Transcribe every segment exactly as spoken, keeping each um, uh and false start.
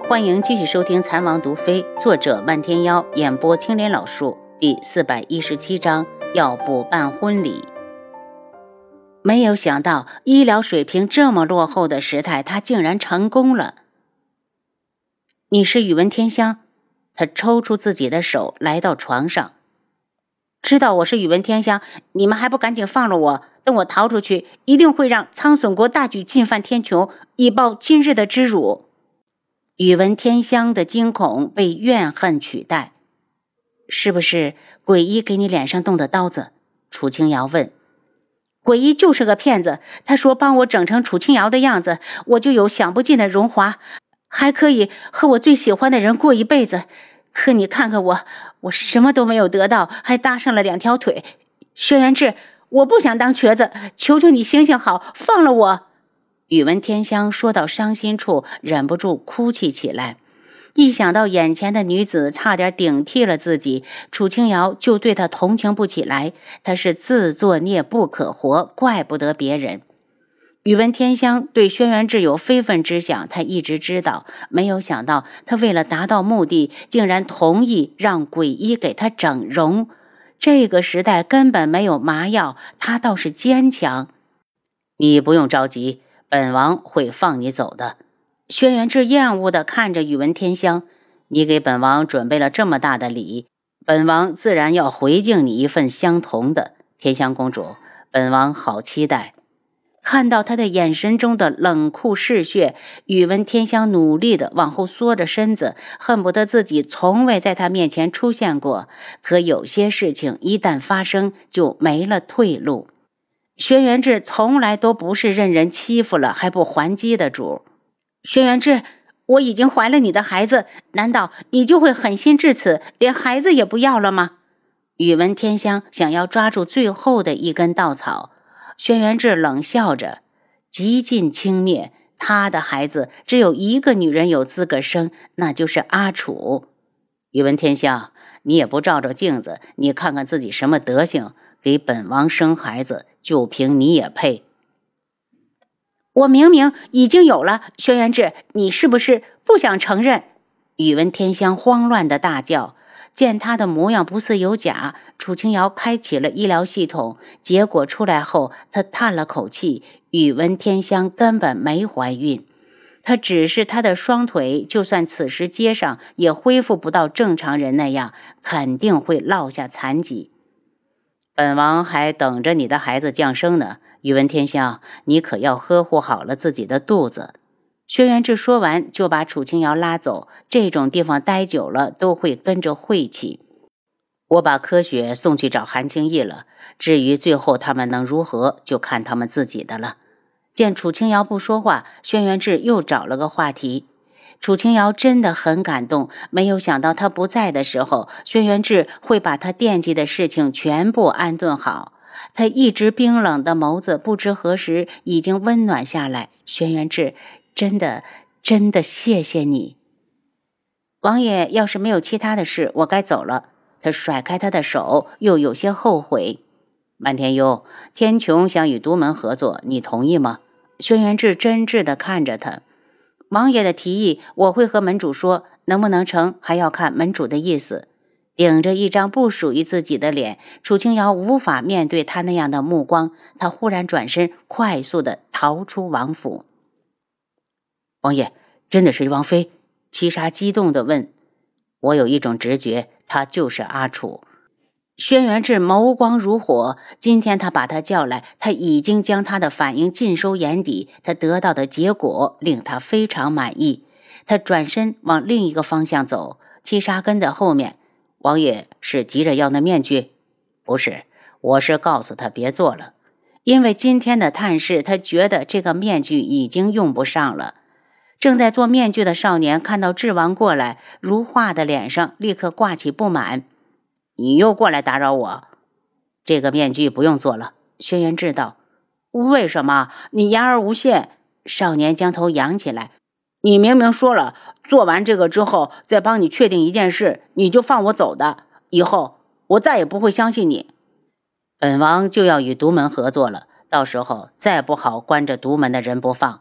欢迎继续收听《残王毒妃》，作者漫天妖，演播青莲老树，第四百一十七章，要不办婚礼。没有想到医疗水平这么落后的时代，他竟然成功了。你是宇文天香？他抽出自己的手来到床上。知道我是宇文天香，你们还不赶紧放了我，等我逃出去，一定会让苍隼国大举进犯天穹，以报今日的之辱。宇文天香的惊恐被怨恨取代。是不是鬼医给你脸上动的刀子？楚清瑶问。鬼医就是个骗子，他说帮我整成楚清瑶的样子，我就有享不尽的荣华，还可以和我最喜欢的人过一辈子。可你看看我，我什么都没有得到，还搭上了两条腿。轩辕志，我不想当瘸子，求求你行行好，放了我。宇文天香说到伤心处，忍不住哭泣起来。一想到眼前的女子差点顶替了自己，楚清瑶就对她同情不起来。她是自作孽不可活，怪不得别人。宇文天香对轩辕志有非分之想，他一直知道，没有想到他为了达到目的，竟然同意让鬼医给他整容。这个时代根本没有麻药，他倒是坚强。你不用着急，本王会放你走的。轩辕志厌恶地看着宇文天香，你给本王准备了这么大的礼，本王自然要回敬你一份相同的。天香公主，本王好期待。看到他的眼神中的冷酷嗜血，宇文天香努力地往后缩着身子，恨不得自己从未在他面前出现过。可有些事情一旦发生，就没了退路。轩辕志从来都不是任人欺负了还不还击的主。轩辕志，我已经怀了你的孩子，难道你就会狠心至此，连孩子也不要了吗？宇文天香想要抓住最后的一根稻草。轩辕志冷笑着，极尽轻蔑，他的孩子只有一个女人有资格生，那就是阿楚。宇文天香，你也不照照镜子，你看看自己什么德行，给本王生孩子，就凭你也配？我明明已经有了，轩辕志，你是不是不想承认？宇文天香慌乱的大叫。见他的模样不似有假，楚清瑶开启了医疗系统，结果出来后，他叹了口气，宇文天香根本没怀孕。他只是他的双腿，就算此时接上，也恢复不到正常人那样，肯定会落下残疾。本王还等着你的孩子降生呢，宇文天香，你可要呵护好了自己的肚子。轩辕志说完就把楚清瑶拉走，这种地方待久了都会跟着晦气。我把柯雪送去找韩青义了，至于最后他们能如何，就看他们自己的了。见楚清瑶不说话，轩辕志又找了个话题。楚清瑶真的很感动，没有想到他不在的时候，轩辕志会把他惦记的事情全部安顿好。他一直冰冷的眸子不知何时已经温暖下来。轩辕志，真的真的谢谢你。王爷要是没有其他的事，我该走了。他甩开他的手，又有些后悔。漫天幽，天穹想与独门合作，你同意吗？轩辕志真挚地看着他。王爷的提议我会和门主说，能不能成还要看门主的意思。顶着一张不属于自己的脸，楚清瑶无法面对他那样的目光，他忽然转身快速地逃出王府。王爷，真的是王妃？七杀激动地问。我有一种直觉，他就是阿楚。轩辕志眸光如火，今天他把他叫来，他已经将他的反应尽收眼底，他得到的结果令他非常满意。他转身往另一个方向走，七杀跟在后面。王爷是急着要那面具？不是，我是告诉他别做了，因为今天的探视，他觉得这个面具已经用不上了。正在做面具的少年看到智王过来，如画的脸上立刻挂起不满。你又过来打扰我？这个面具不用做了。轩辕志道。为什么？你言而无信。少年将头扬起来。你明明说了，做完这个之后再帮你确定一件事，你就放我走的。以后我再也不会相信你。本王就要与独门合作了，到时候再不好关着独门的人不放。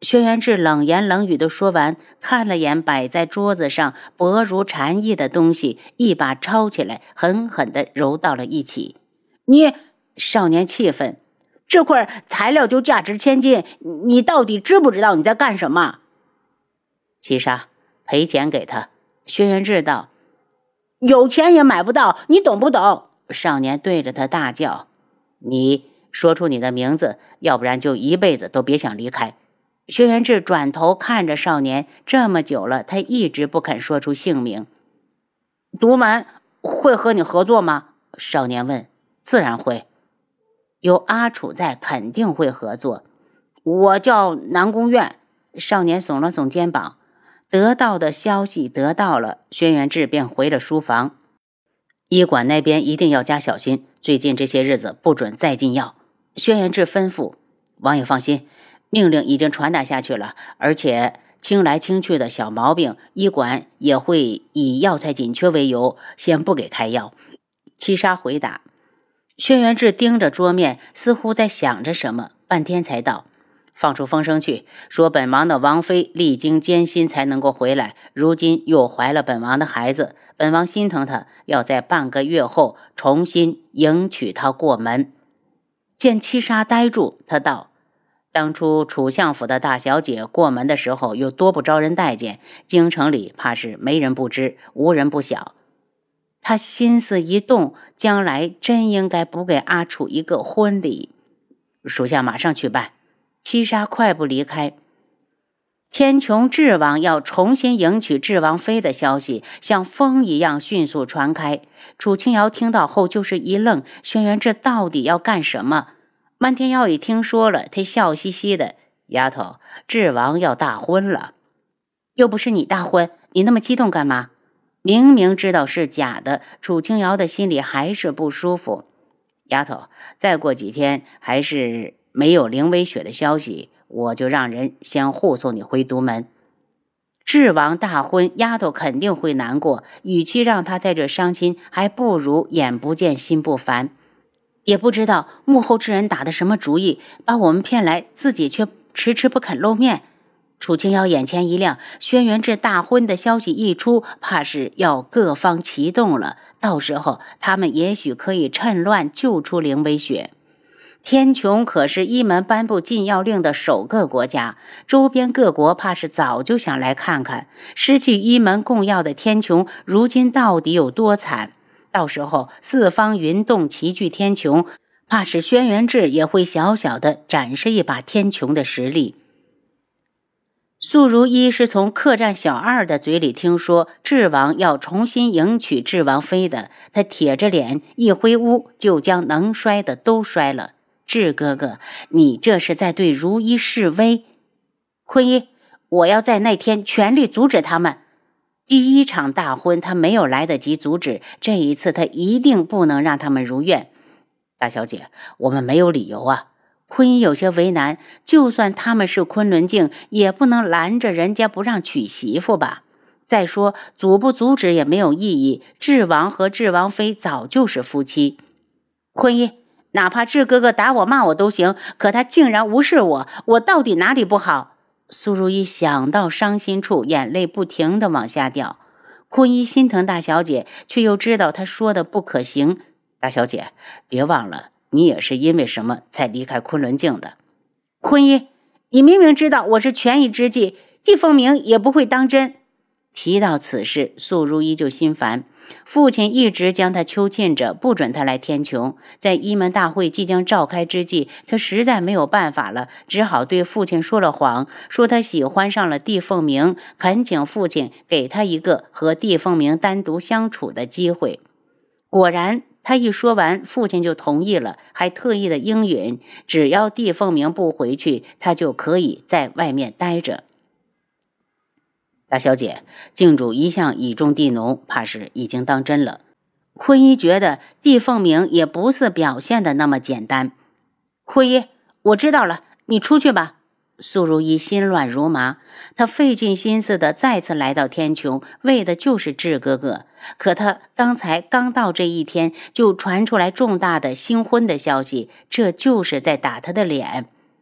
轩辕志冷言冷语地说完，看了眼摆在桌子上薄如蝉翼的东西，一把抄起来，狠狠地揉到了一起。你，少年气愤，这块材料就价值千金，你到底知不知道你在干什么？七杀，赔钱给他。轩辕志道。有钱也买不到，你懂不懂？少年对着他大叫。你说出你的名字，要不然就一辈子都别想离开。轩辕志转头看着少年，这么久了，他一直不肯说出姓名。独门会和你合作吗？少年问。自然会，有阿楚在，肯定会合作。我叫南宫苑。少年耸了耸肩膀。得到的消息得到了，轩辕志便回了书房。医馆那边一定要加小心，最近这些日子不准再进药。轩辕志吩咐。王爷放心，命令已经传达下去了，而且清来清去的小毛病，医馆也会以药材紧缺为由，先不给开药。七杀回答。轩辕志盯着桌面，似乎在想着什么，半天才道。放出风声去，说本王的王妃历经艰辛才能够回来，如今又怀了本王的孩子，本王心疼她，要在半个月后重新迎娶她过门。见七杀呆住，他道：当初楚相府的大小姐过门的时候又多不招人待见，京城里怕是没人不知，无人不晓。他心思一动，将来真应该补给阿楚一个婚礼。属下马上去办。七杀快步离开。天穹智王要重新迎娶智王妃的消息像风一样迅速传开。楚清瑶听到后就是一愣，轩辕这到底要干什么？漫天妖也听说了，他笑嘻嘻的：丫头，智王要大婚了。又不是你大婚，你那么激动干嘛？明明知道是假的，楚清瑶的心里还是不舒服。丫头，再过几天还是没有凌微雪的消息，我就让人先护送你回独门。智王大婚，丫头肯定会难过，与其让她在这伤心，还不如眼不见心不烦。也不知道幕后之人打的什么主意，把我们骗来，自己却迟迟不肯露面。楚清瑶眼前一亮，轩辕志大婚的消息一出，怕是要各方齐动了，到时候他们也许可以趁乱救出凌微雪。天穹可是一门颁布禁药令的首个国家，周边各国怕是早就想来看看，失去一门供药的天穹如今到底有多惨。到时候四方云动齐聚天穹，怕是轩辕志也会小小的展示一把天穹的实力。素如一是从客栈小二的嘴里听说智王要重新迎娶智王妃的，他铁着脸一挥屋，就将能摔的都摔了。智哥哥，你这是在对如一示威。坤一，我要在那天全力阻止他们。第一场大婚他没有来得及阻止，这一次他一定不能让他们如愿。大小姐，我们没有理由啊。坤一有些为难，就算他们是昆仑镜，也不能拦着人家不让娶媳妇吧。再说阻不阻止也没有意义，智王和智王妃早就是夫妻。坤一，哪怕智哥哥打我骂我都行，可他竟然无视我，我到底哪里不好？苏如意想到伤心处，眼泪不停地往下掉。坤一心疼大小姐，却又知道她说的不可行。大小姐，别忘了你也是因为什么才离开昆仑镜的。坤一，你明明知道我是权宜之计，帝凤鸣也不会当真。提到此事，素如一就心烦。父亲一直将他囚禁着，不准他来天穹。在一门大会即将召开之际，他实在没有办法了，只好对父亲说了谎，说他喜欢上了帝凤鸣，恳请父亲给他一个和帝凤鸣单独相处的机会。果然他一说完，父亲就同意了，还特意的应允，只要帝凤鸣不回去，他就可以在外面待着。大小姐，镜主一向倚重帝农，怕是已经当真了。坤一觉得帝凤鸣也不似表现的那么简单。坤一，我知道了，你出去吧。素如一心乱如麻，他费尽心思的再次来到天穹，为的就是智哥哥。可他刚才刚到这一天，就传出来重大的新婚的消息，这就是在打他的脸。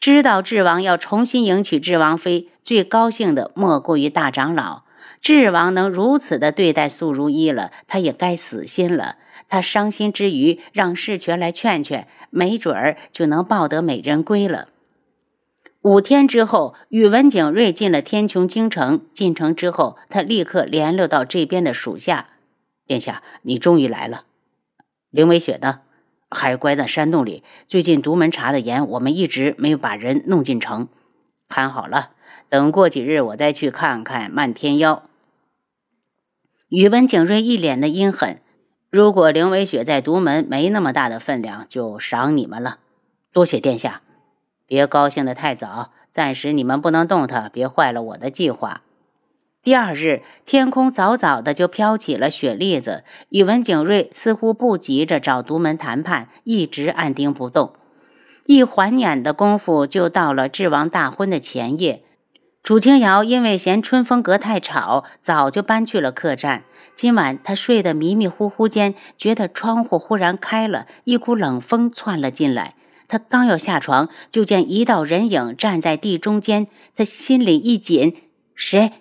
知道智王要重新迎娶智王妃，最高兴的莫过于大长老。智王能如此的对待素如一了，他也该死心了。他伤心之余，让世权来劝劝，没准儿就能抱得美人归了。五天之后，宇文景睿进了天穹京城。进城之后，他立刻联络到这边的属下：“殿下，你终于来了。凌微雪呢？还关在山洞里。最近独门查的严，我们一直没有把人弄进城。看好了，等过几日我再去看看漫天妖。”宇文景睿一脸的阴狠：“如果凌微雪在独门没那么大的分量，就赏你们了。多谢殿下。别高兴得太早，暂时你们不能动他，别坏了我的计划。”第二日，天空早早的就飘起了雪粒子。宇文景睿似乎不急着找独门谈判，一直按兵不动。一缓眼的功夫，就到了智王大婚的前夜。楚清瑶因为嫌春风阁太吵，早就搬去了客栈。今晚他睡得迷迷糊糊间，觉得窗户忽然开了，一股冷风窜了进来。他刚要下床，就见一道人影站在地中间，他心里一紧：谁？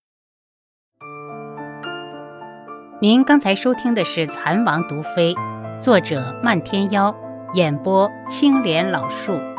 您刚才收听的是《蚕王毒妃》，作者漫天妖，演播青莲老树。